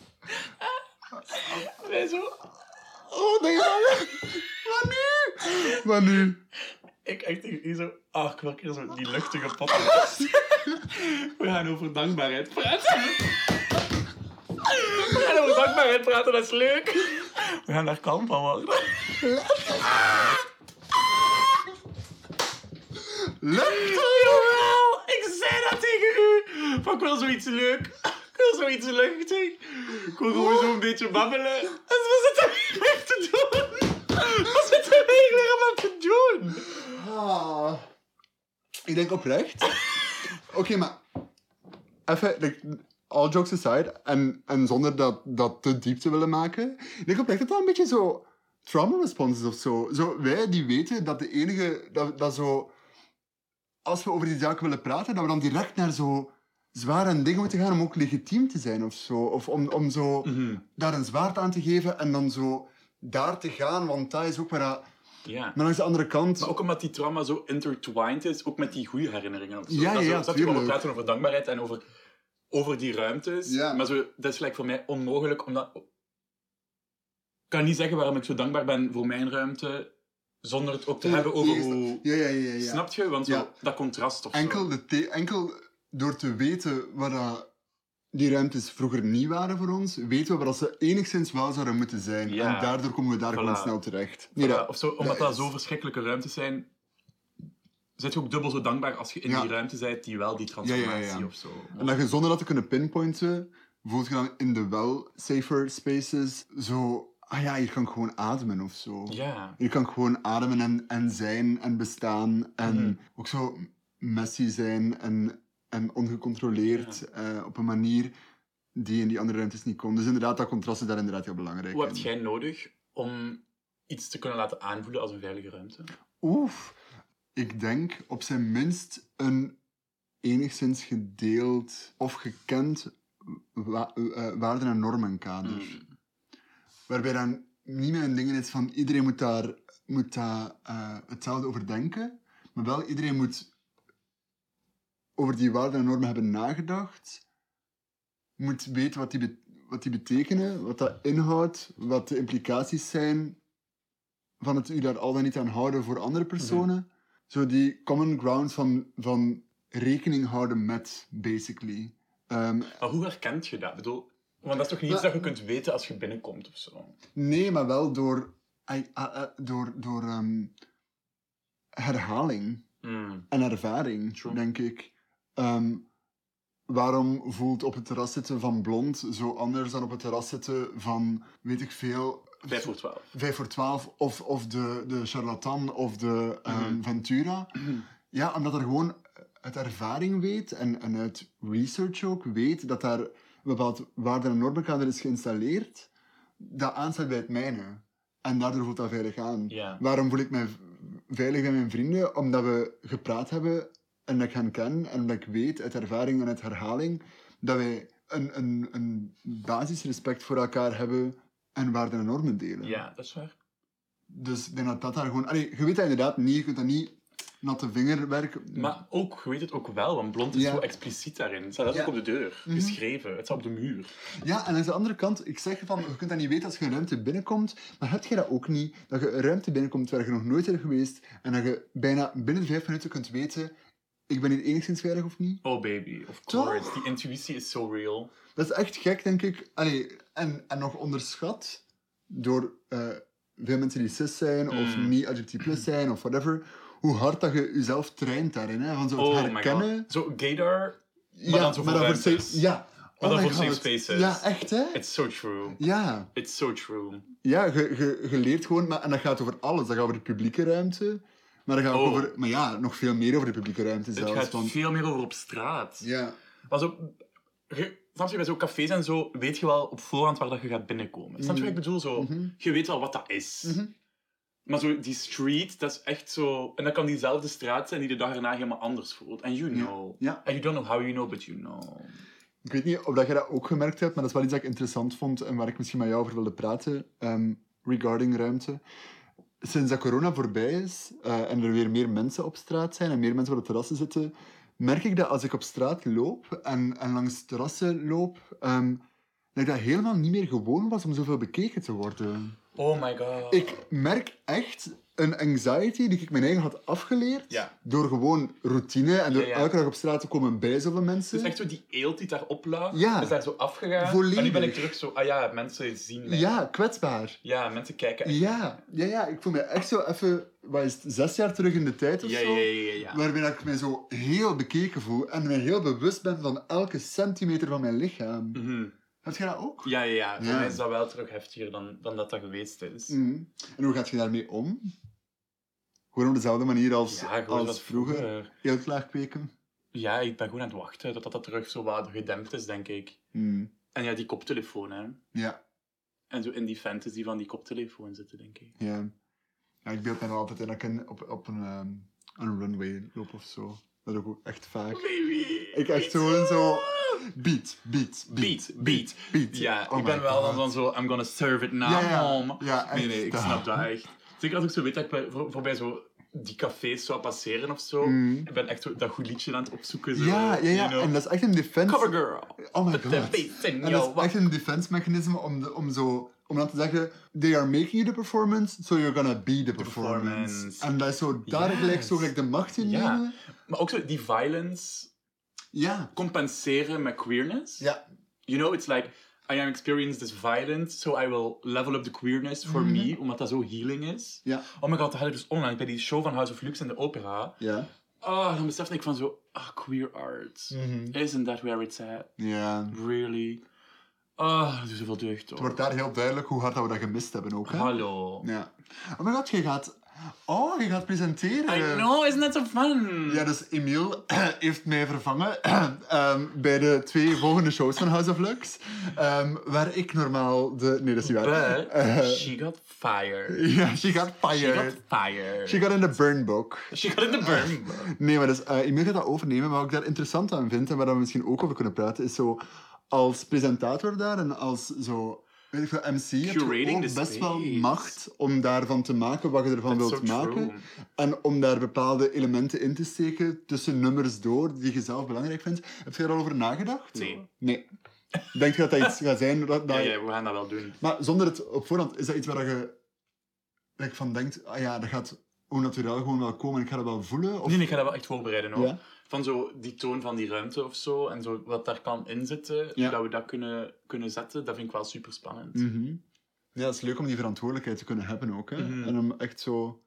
Nee, zo... Oh, nee. Wat nu? Wat nu? Ik echt hier zo... Ah, ik wil hier zo die luchtige podcast. We gaan over dankbaarheid praten. We gaan over dankbaarheid praten, dat is leuk. We gaan daar kalm van worden. Lucht. Jawel, ik zei dat tegen u. Maar ik wil zoiets leuk. Ik wil zoiets luchtig. Ik wil gewoon zo een beetje babbelen. En we zitten hier weer te doen. Wat zitten we hier weer om te doen? Ah. Ik denk oprecht. Oké, okay, maar... Even, like, all jokes aside, en, en zonder dat, dat te diep te willen maken, ik denk oprecht dat dat een beetje zo trauma response is of zo. Zo, wij die weten dat de enige... Dat, dat zo... Als we over die zaken willen praten, dat we dan direct naar zo zware dingen moeten gaan om ook legitiem te zijn of zo. Of om, om zo Mm-hmm. daar een zwaard aan te geven en dan zo daar te gaan, want dat is ook waar dat... Ja. Maar langs de andere kant... Maar ook omdat die trauma zo intertwined is, ook met die goede herinneringen of zo. Ja, ja, dat is zo- ja, snap je, we tuurlijk. praten over dankbaarheid en over, over die ruimtes. Ja. Maar zo, dat is like, voor mij onmogelijk, omdat... Ik kan niet zeggen waarom ik zo dankbaar ben voor mijn ruimte, zonder het ook te hebben over Eerst- hoe... Ja, ja, ja, ja. Snap je? Want zo, Ja. dat contrast of Enkel, zo. de the- enkel door te weten wat dat die ruimtes vroeger niet waren voor ons, weten we wat ze enigszins wel zouden moeten zijn. Ja. En daardoor komen we daar Voilà. gewoon snel terecht. Voilà. Nee, dat- Of zo, omdat dat dat is- zo verschrikkelijke ruimtes zijn, zit je ook dubbel zo dankbaar als je in Ja. die ruimte bent die wel die transformatie Ja, ja, ja. of zo. En dat je zonder dat te kunnen pinpointen, voelt je dan in de wel safer spaces zo... Ah ja, hier kan ik gewoon ademen of zo. Ja. Hier kan ik gewoon ademen en, en zijn en bestaan. En Mhm. ook zo messy zijn en, en ongecontroleerd eh, op een manier die in die andere ruimtes niet kon. Dus inderdaad, dat contrast is daar inderdaad heel belangrijk. Wat heb in. jij nodig om iets te kunnen laten aanvoelen als een veilige ruimte? Oef. Ik denk op zijn minst een enigszins gedeeld of gekend wa- eh, waarden- en normenkader. Mm. Waarbij dan niet meer een ding is van iedereen moet daar, moet daar eh, hetzelfde over denken, maar wel iedereen moet over die waarden en normen hebben nagedacht, moet weten wat die, be- wat die betekenen, wat dat inhoudt, wat de implicaties zijn van het u daar al dan niet aan houden voor andere personen. Zo die common ground van, van rekening houden met, basically. Ehm, Maar hoe herkent je dat? Ik bedoel, want dat is toch niet iets Maar- dat je kunt weten als je binnenkomt of zo? nee, maar wel door, ai, ah, ah, door, door ehm, herhaling. Mm. En ervaring, True. denk ik. Ehm, waarom voelt op het terras zitten van Blond zo anders dan op het terras zitten van, weet ik veel... Vijf voor twaalf. Vijf voor twaalf, of, of de, de charlatan, of de ehm, Mhm. Ventura. Ja, omdat er gewoon uit ervaring weet, en, en uit research ook weet, dat daar een bepaald waarde- en normenkader is geïnstalleerd, dat aansluit bij het mijne. En daardoor voelt dat veilig aan. Ja. Waarom voel ik mij v- veilig bij mijn vrienden? Omdat we gepraat hebben en dat ik hen ken en dat ik weet uit ervaring en uit herhaling dat wij een, een, een basisrespect voor elkaar hebben en waarden en normen delen. Ja, dat is waar. Dus ik denk dat dat daar gewoon... Allee, je weet dat inderdaad niet, je kunt dat niet natte vingerwerk... Maar ook, je weet het ook wel, want Blond is Ja. zo expliciet daarin. Het staat letterlijk Ja. op de deur, Mhm. geschreven. Het staat op de muur. Ja, en aan de andere kant, ik zeg van, je kunt dat niet weten als je een ruimte binnenkomt, maar heb je dat ook niet, dat je een ruimte binnenkomt waar je nog nooit bent geweest en dat je bijna binnen vijf minuten kunt weten, ik ben hier enigszins veilig of niet? Oh baby, of Toch? course. Die intuïtie is so real. Dat is echt gek, denk ik. Allee, en, en nog onderschat door eh, veel mensen die cis zijn, of Mm. niet L G B T plus zijn, of whatever, hoe hard dat je jezelf traint daarin, hè? Van zo het Oh my herkennen. god. Zo gaydar, Ja, dan zo voor voor ruimtes. safe- Ja. Maar Oh dan my voor safe God. spaces. Ja, echt, hè? it's so true. Ja. It's so true. Ja, je, je, je leert gewoon, maar, en dat gaat over alles. Dat gaat over de publieke ruimte, maar dat gaat ook Oh. over, maar ja, nog veel meer over de publieke ruimte Het zelfs. gaat want- veel meer over op straat. Ja. Maar zo, je, snap je, bij zo'n cafés en zo, weet je wel op voorhand waar dat je gaat binnenkomen. Snap je wat ik bedoel? Zo, Mhm. je weet wel wat dat is. Mhm. Maar zo, die street, dat is echt zo... En dat kan diezelfde straat zijn die de dag erna helemaal anders voelt. And you Ja. know. Ja. And you don't know how you know, but you know. Ik weet niet of dat je dat ook gemerkt hebt, maar dat is wel iets dat ik interessant vond en waar ik misschien met jou over wilde praten, ehm, regarding ruimte. Sinds dat corona voorbij is eh, en er weer meer mensen op straat zijn en meer mensen op de terrassen zitten, merk ik dat als ik op straat loop en, en langs terrassen loop, ehm, dat ik dat helemaal niet meer gewoon was om zoveel bekeken te worden. Oh my god. Ik merk echt een anxiety die ik mijn eigen had afgeleerd Ja. door gewoon routine en door Ja, ja. elke dag op straat te komen bij zoveel mensen. Het is echt zo die eelt die daar oplag, Ja. is daar zo afgegaan. Volledig. En nu ben ik terug zo, ah ja, mensen zien mij. Ja, kwetsbaar. Ja, mensen kijken echt. Ja, ja, ja, ik voel me echt zo even, wat is het, zes jaar terug in de tijd of Ja, zo. ja, ja, ja, ja. Waarbij ik me zo heel bekeken voel en me heel bewust ben van elke centimeter van mijn lichaam. Mhm. Heb jij dat ook? Ja, ja, ja. Voor Ja. mij is dat wel terug heftiger dan, dan dat dat geweest is. Mhm. En hoe gaat je daarmee om? Gewoon op dezelfde manier als, Ja, gewoon als zoals vroeger? vroeger. Heel klaar kweken? Ja, ik ben gewoon aan het wachten tot dat, dat terug zo wat gedempt is, denk ik. Mhm. En ja, die koptelefoon, hè. Ja, En zo in die fantasy van die koptelefoon zitten, denk ik. ja. Ja, ik beeld me nog altijd in dat ik in- op, op een, ehm, een runway loop of zo. Dat doe ik ook echt vaak. Baby! Ik echt gewoon zo... Beat, beat, Beat, beat. beat. Ja, Oh ik ben my wel dan, God. dan zo, I'm gonna serve it now, Ja, ja. mom. Ja, echt. Nee, nee, ik snap dat echt. Zeker als ik zo weet dat ik bij, voor, voorbij zo die cafés zou passeren of zo. Mm. Ik ben echt zo dat goed liedje aan het opzoeken. Zo, Ja, ja, ja. you know. En dat is echt een defense... Cover girl. Oh my Put god. the bass in En your dat is echt een defense mechanism om, de, om zo... Om dan te zeggen, they are making you the performance, so you're gonna be the performance. performance. En dat is zo, daar Yes. gelijk zo gelijk de macht in Ja. nemen. Maar ook zo die violence Ja. compenseren met queerness. Ja. You know, it's like, I am experiencing this violence, so I will level up the queerness for Mhm. me, omdat dat zo healing is. Ja. Oh my god, dat had ik dus onlangs bij die show van House of Lux in de opera. Ja. Oh, dan besefte ik van zo, ah, queer art. Mhm. Isn't that where it's at? Ja. Really? Oh, dat is zoveel deugd, Het hoor. wordt daar heel duidelijk hoe hard dat we dat gemist hebben ook. Hè? Hallo. Ja. Oh my god, je gaat... Oh, je gaat presenteren. I know, isn't that so fun? Ja, dus Emiel heeft mij vervangen um, bij de twee volgende shows van House of Lux. Um, waar ik normaal de... Nee, dat is niet waar. But Uh, she got fired. Ja, she got She fired. got fired. She got in the burn book. She got in the burn. Nee, maar dus, uh, Emiel gaat dat overnemen. Maar wat ik daar interessant aan vind, en waar we misschien ook over kunnen praten, is zo... Als presentator daar en als zo... Weet ik veel, M C, heb je Curating ook the best wel space. macht om daarvan te maken wat je ervan That's wilt so maken. true. En om daar bepaalde elementen in te steken tussen nummers door die je zelf belangrijk vindt. Heb je er al over nagedacht? Nee. Nee. Denk je dat dat iets gaat zijn? Dat, dat... Ja, ja, we gaan dat wel doen. Maar zonder het op voorhand, is dat iets waar je like, van denkt, ah ja, dat gaat hoe natuurlijk gewoon wel komen, ik ga dat wel voelen? Of... Nee, nee, ik ga dat wel echt voorbereiden, hoor. Ja. Van zo die toon van die ruimte of zo, en zo wat daar kan inzitten, Ja. dat we dat kunnen, kunnen zetten, dat vind ik wel super spannend. Mm-hmm. Ja, het is leuk om die verantwoordelijkheid te kunnen hebben ook. Hè? Mhm. En om echt zo...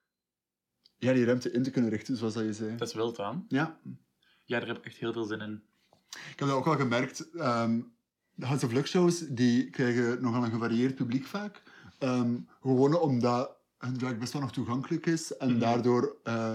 Ja, die ruimte in te kunnen richten, zoals dat je zei. Dat is wild, aan. Ja. Ja, daar heb ik echt heel veel zin in. Ik heb dat ook wel gemerkt. Um, de House of Lux shows die krijgen nogal een gevarieerd publiek vaak. Um, gewoon omdat hun drag best wel nog toegankelijk is. En Mhm. daardoor... Uh,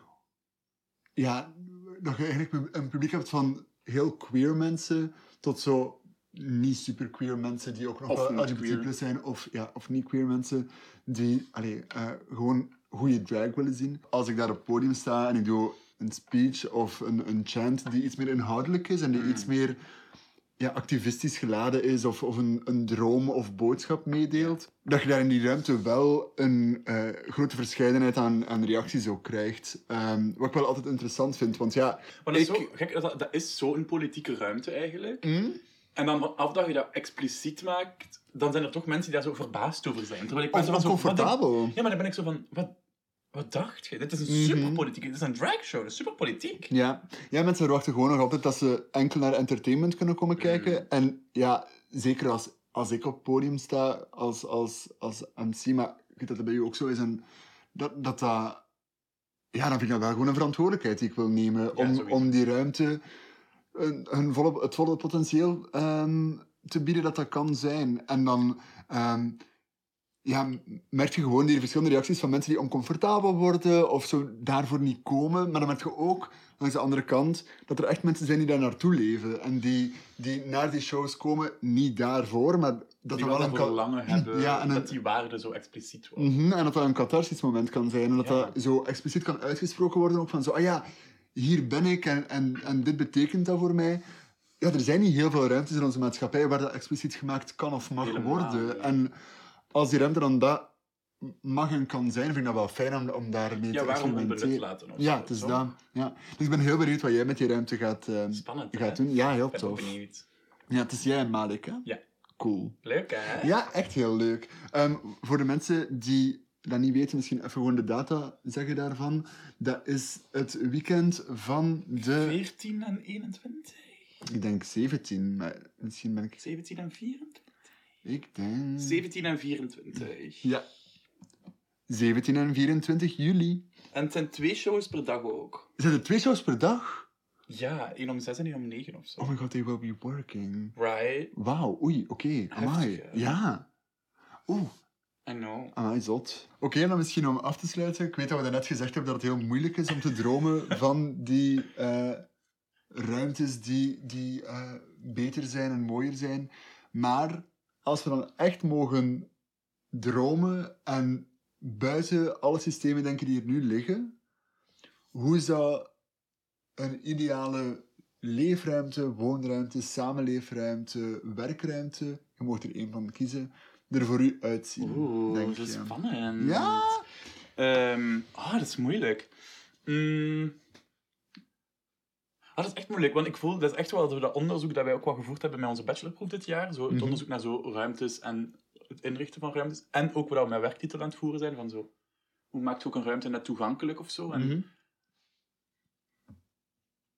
ja, dat je eigenlijk een publiek hebt van heel queer mensen tot zo niet super queer mensen die ook nog Of wel niet L G B T plus queer. zijn. Of, ja, of niet queer mensen die allee, uh, gewoon goede drag willen zien. Als ik daar op het podium sta en ik doe een speech of een, een chant die iets meer inhoudelijk is en die Mm. iets meer ja, activistisch geladen is of, of een, een droom of boodschap meedeelt, dat je daar in die ruimte wel een uh, grote verscheidenheid aan, aan reacties ook krijgt. Um, wat ik wel altijd interessant vind, want ja... Maar dat is, ik... zo, gek, dat, dat is zo'n politieke ruimte eigenlijk. Mm? En dan vanaf dat je dat expliciet maakt, dan zijn er toch mensen die daar zo verbaasd over zijn. Terwijl ik ben Of zo van zo, wat oncomfortabel. denk- Ja, maar dan ben ik zo van, wat, wat dacht je? Dit is een Mhm. superpolitiek, dit is een dragshow, dat is superpolitiek. Ja. ja, mensen verwachten gewoon nog altijd dat ze enkel naar entertainment kunnen komen kijken. Mm. En ja, zeker als, als ik op het podium sta als, als, als M C, maar ik weet dat dat bij u ook zo is, en dat, dat dat... Ja, dan vind ik dat wel gewoon een verantwoordelijkheid die ik wil nemen om, sowieso. om die ruimte hun, hun volle, het volle potentieel um, te bieden dat dat kan zijn. En dan... Um, ja, merk je gewoon die verschillende reacties van mensen die oncomfortabel worden of zo daarvoor niet komen. Maar dan merk je ook, langs de andere kant, dat er echt mensen zijn die daar naartoe leven. En die, die naar die shows komen, niet daarvoor, maar dat Die er wel wel dat een... ka- verlangen hebben, Ja, en een- dat die waarde zo expliciet wordt. Mhm, en dat dat een catharsis moment kan zijn. En dat Ja. dat zo expliciet kan uitgesproken worden. Ook van zo, ah ja, hier ben ik en, en, en dit betekent dat voor mij. Ja, er zijn niet heel veel ruimtes in onze maatschappij waar dat expliciet gemaakt kan of mag Helemaal worden. niet. En als die ruimte dan dat mag en kan zijn, vind ik dat wel fijn om, om daarmee Ja, te waarom onbenut experimenteren. laten? Of Ja, zo, het is zo. dat. Ja. Dus ik ben heel benieuwd wat jij met die ruimte gaat, eh, Spannend, gaat hè? doen. Ja, heel Ik ben ook tof. benieuwd. Ja, het is jij en Malik, hè? Ja. Cool. Leuk, hè? Ja, echt heel leuk. Ehm, voor de mensen die dat niet weten, misschien even gewoon de data zeggen daarvan. Dat is het weekend van de... veertien en eenentwintig? Ik denk zeventien, maar misschien ben ik... zeventien en vierentwintig? Ik denk... zeventien en vierentwintig. Ja. zeventien en vierentwintig juli. En het zijn twee shows per dag ook. Zijn er twee shows per dag? Ja, één om zes en één om negen of zo. Oh my god, they will be working. Right? Wauw, oei, oké. Amai. Heftig, hè? Ja. Oeh. I know. Ah, zot. Oké, okay, en dan misschien om af te sluiten. Ik weet dat we net gezegd hebben dat het heel moeilijk is om te dromen van die uh, ruimtes die, die uh, beter zijn en mooier zijn. Maar als we dan echt mogen dromen en buiten alle systemen denken die er nu liggen, hoe zou een ideale leefruimte, woonruimte, samenleefruimte, werkruimte, je mag er één van kiezen, er voor u uitzien? Oeh, denk dat is je? spannend. Ja? Um, ah, dat is moeilijk. Mm. Ah, dat is echt moeilijk, want ik voel, dat is echt wel zo dat onderzoek dat wij ook wel gevoerd hebben met onze bachelorproef dit jaar. Zo, het Mhm. onderzoek naar zo ruimtes en het inrichten van ruimtes. En ook wat we met werktitel aan het voeren zijn, van zo, hoe maakt je ook een ruimte net toegankelijk of zo. En Mhm.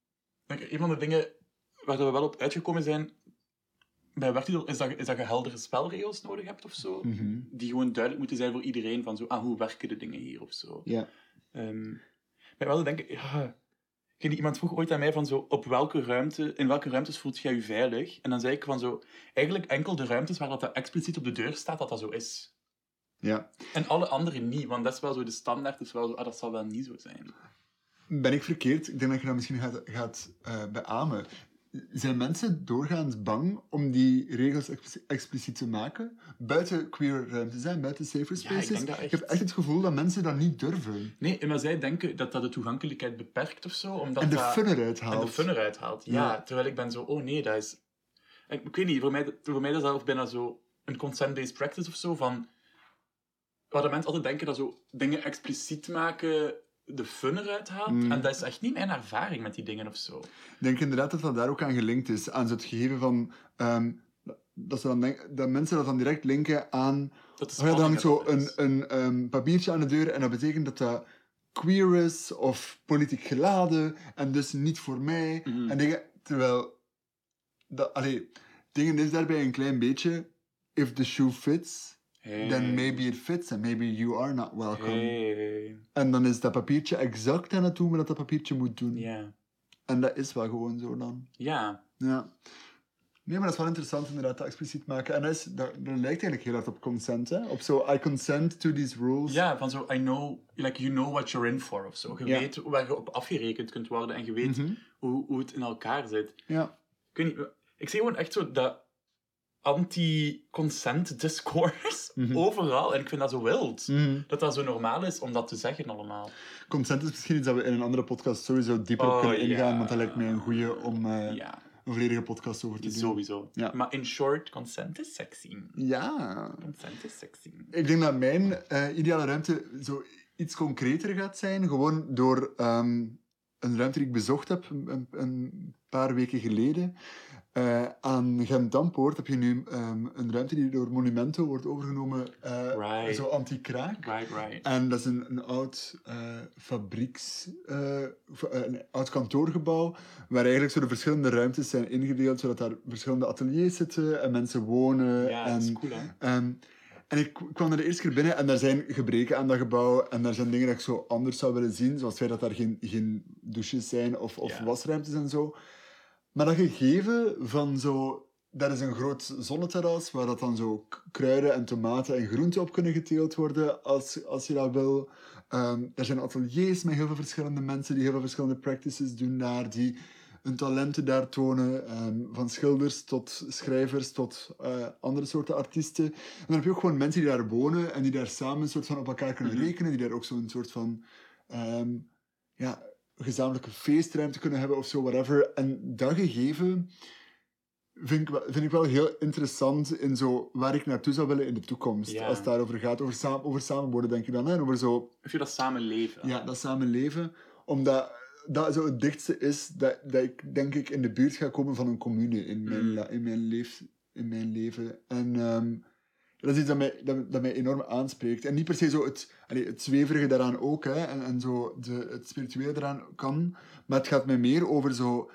Denk, een van de dingen waar we wel op uitgekomen zijn bij Werktitel is dat, is dat je heldere spelregels nodig hebt of zo. Mm-hmm. Die gewoon duidelijk moeten zijn voor iedereen. Van zo, ah, hoe werken de dingen hier of zo. Ja. Um, maar wel denken, ja... Iemand vroeg ooit aan mij van zo, op welke ruimte, in welke ruimtes voelt jij je veilig? En dan zei ik van zo, eigenlijk enkel de ruimtes waar dat, dat expliciet op de deur staat, dat dat zo is. Ja. En alle andere niet, want dat is wel zo de standaard, is wel zo, ah, dat zal wel niet zo zijn. Ben ik verkeerd? Ik denk dat je dat misschien gaat, gaat uh, beamen. Zijn mensen doorgaans bang om die regels expliciet, expliciet te maken? Buiten queer ruimtes zijn, buiten safer spaces? Ja, ik, echt... ik heb echt het gevoel dat mensen dat niet durven. Nee, maar zij denken dat dat de toegankelijkheid beperkt of zo. Omdat en de dat... fun eruit haalt. En de fun eruit haalt, ja. ja. Terwijl ik ben zo, oh nee, dat is... Ik, ik weet niet, voor mij, voor mij is dat bijna zo een consent-based practice of zo, van... Waar de mensen altijd denken dat zo dingen expliciet maken de fun eruit haalt. Mm. En dat is echt niet mijn ervaring met die dingen of zo. Ik denk inderdaad dat dat daar ook aan gelinkt is. Aan het gegeven van... Um, dat, ze dan denk, dat mensen dat dan direct linken aan... Dat is oh ja, dan hangt zo een, een um, papiertje aan de deur en dat betekent dat dat queer is of politiek geladen en dus niet voor mij. Mm. En dingen... Terwijl... Dat, allee, dingen is daarbij een klein beetje... If the shoe fits... Hey. Then maybe it fits and maybe you are not welcome. Hey. En dan is dat papiertje exact aan het doen wat dat papiertje moet doen. Ja. Yeah. En dat is wel gewoon zo dan. Ja. Ja. Nee, maar dat is wel interessant inderdaad, dat expliciet maken. En dat, is, dat, dat lijkt eigenlijk heel hard op consent, hè? Op zo, I consent to these rules. Ja, van zo, I know, like, you know what you're in for, of zo. Je ja. weet waar je op afgerekend kunt worden en je weet mm-hmm. hoe, hoe het in elkaar zit. Ja. Ik weet niet, ik zie gewoon echt zo dat anti-consent discourse mm-hmm. overal. En ik vind dat zo wild. Mm-hmm. Dat dat zo normaal is om dat te zeggen allemaal. Consent is misschien iets dat we in een andere podcast sowieso dieper oh, op kunnen ingaan, ja. want dat lijkt mij een goeie om uh, ja. een volledige podcast over te doen. Sowieso. Ja. Maar in short, consent is sexy. Ja. Consent is sexy. Ik denk dat mijn uh, ideale ruimte zo iets concreter gaat zijn, gewoon door um, een ruimte die ik bezocht heb een, een paar weken geleden. Uh, aan Gent-Dampoort heb je nu um, een ruimte die door Monumento wordt overgenomen, uh, right. zo anti-kraak. Right, right. En dat is een, een oud uh, fabrieks, uh, een oud kantoorgebouw, waar eigenlijk zo de verschillende ruimtes zijn ingedeeld, zodat daar verschillende ateliers zitten en mensen wonen. Ja, en, dat is cool, hè? Um, en ik kwam er de eerste keer binnen en daar zijn gebreken aan dat gebouw en daar zijn dingen dat ik zo anders zou willen zien, zoals het feit dat daar geen, geen douches zijn of, of ja. wasruimtes en zo. Maar dat gegeven van zo... Dat is een groot zonneterras waar dat dan zo kruiden en tomaten en groenten op kunnen geteeld worden als, als je dat wil. Um, er zijn ateliers met heel veel verschillende mensen die heel veel verschillende practices doen daar, die hun talenten daar tonen. Um, van schilders tot schrijvers tot uh, andere soorten artiesten. En dan heb je ook gewoon mensen die daar wonen en die daar samen een soort van op elkaar kunnen mm-hmm. rekenen. Die daar ook zo'n soort van... Um, ja, gezamenlijke feestruimte kunnen hebben of zo, whatever. En dat gegeven vind ik, vind ik wel heel interessant in zo waar ik naartoe zou willen in de toekomst. Ja. Als het daarover gaat, over, samen, over samenwonen, denk ik dan. Hè? Over zo... Of je dat samenleven. Ja, dat samenleven. Omdat dat zo het dichtste is dat, dat ik, denk ik, in de buurt ga komen van een commune in mijn, mm. in mijn, leef, in mijn leven. En... Um, dat is iets dat mij, dat, dat mij enorm aanspreekt. En niet per se zo het, allee, het zweverige daaraan ook, hè, en, en zo de, het spirituele daaraan kan. Maar het gaat mij meer over zo...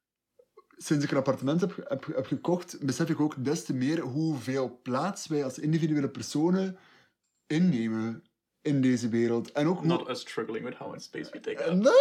Sinds ik een appartement heb, heb, heb gekocht, besef ik ook des te meer hoeveel plaats wij als individuele personen innemen in deze wereld. En ook Not hoe... us struggling with how much space we take up. No!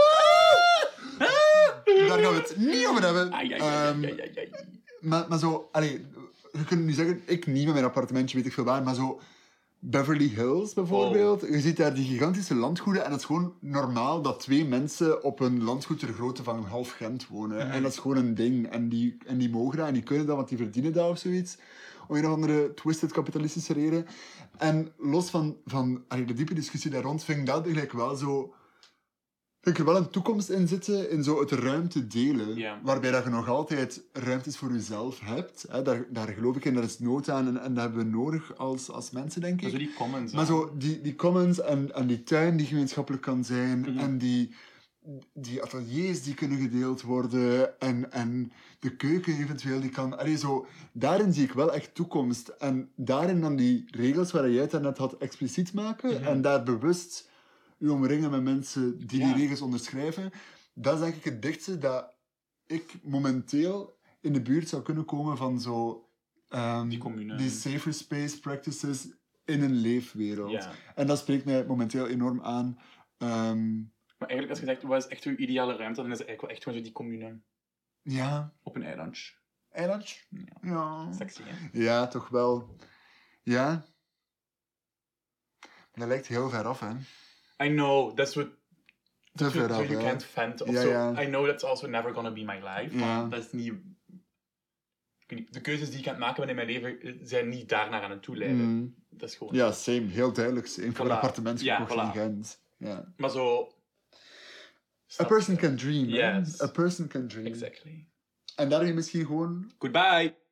Daar gaan we het niet over hebben. Ai, ai, ai, um, ai, ai, ai. Maar, maar zo... Allee, je kunt nu zeggen, ik niet met mijn appartementje, weet ik veel waar, maar zo Beverly Hills bijvoorbeeld. Oh. Je ziet daar die gigantische landgoeden en het is gewoon normaal dat twee mensen op een landgoed ter grootte van half Gent wonen. Mm-hmm. En dat is gewoon een ding. En die, en die mogen dat en die kunnen dat, want die verdienen dat of zoiets. Om een of andere twisted kapitalistische reden. En los van, van allee, de diepe discussie daar rond, vind ik dat eigenlijk wel zo... Vind ik er wel een toekomst in zitten, in zo het ruimte delen. Yeah. Waarbij dat je nog altijd ruimtes voor jezelf hebt. Hè. Daar, daar geloof ik in, daar is nood aan en, en dat hebben we nodig als, als mensen, denk ik. Zo die commons. Maar zo die, die commons en, en die tuin die gemeenschappelijk kan zijn. Mm-hmm. En die, die ateliers die kunnen gedeeld worden. En, en de keuken eventueel die kan... Allee, zo, daarin zie ik wel echt toekomst. En daarin dan die regels waar jij het daarnet had expliciet maken. Mm-hmm. En daar bewust... u omringen met mensen die ja. die regels onderschrijven, dat is denk ik het dichtste dat ik momenteel in de buurt zou kunnen komen van zo... Um, Die commune. Die safer space practices in een leefwereld. Ja. En dat spreekt mij momenteel enorm aan. Um, Maar eigenlijk, als je zegt, wat is echt uw ideale ruimte, dan is het eigenlijk wel echt gewoon zo die commune. Ja. Op een eilandje. Eilandje? Ja. Ja. Sexy, hè? Ja, toch wel. Ja. Dat lijkt heel ver af, hè. I know, that's what... Te ver so, af, so you hè. can't vent. Of Ja, zo. ja. I know that's also never gonna be my life. Ja. Maar dat is niet... Ik weet niet, de keuzes die ik aan het maken ben in mijn leven zijn niet daarnaar aan het toeleiden. Mm. Dat is gewoon... Ja, same. Heel duidelijk. Een voor Voilà. een appartement Ja, gekocht in voilà. Gent. Ja. Maar zo... A person can dream, hè. Yes. A person can dream. Exactly. En daarmee misschien gewoon... Goodbye!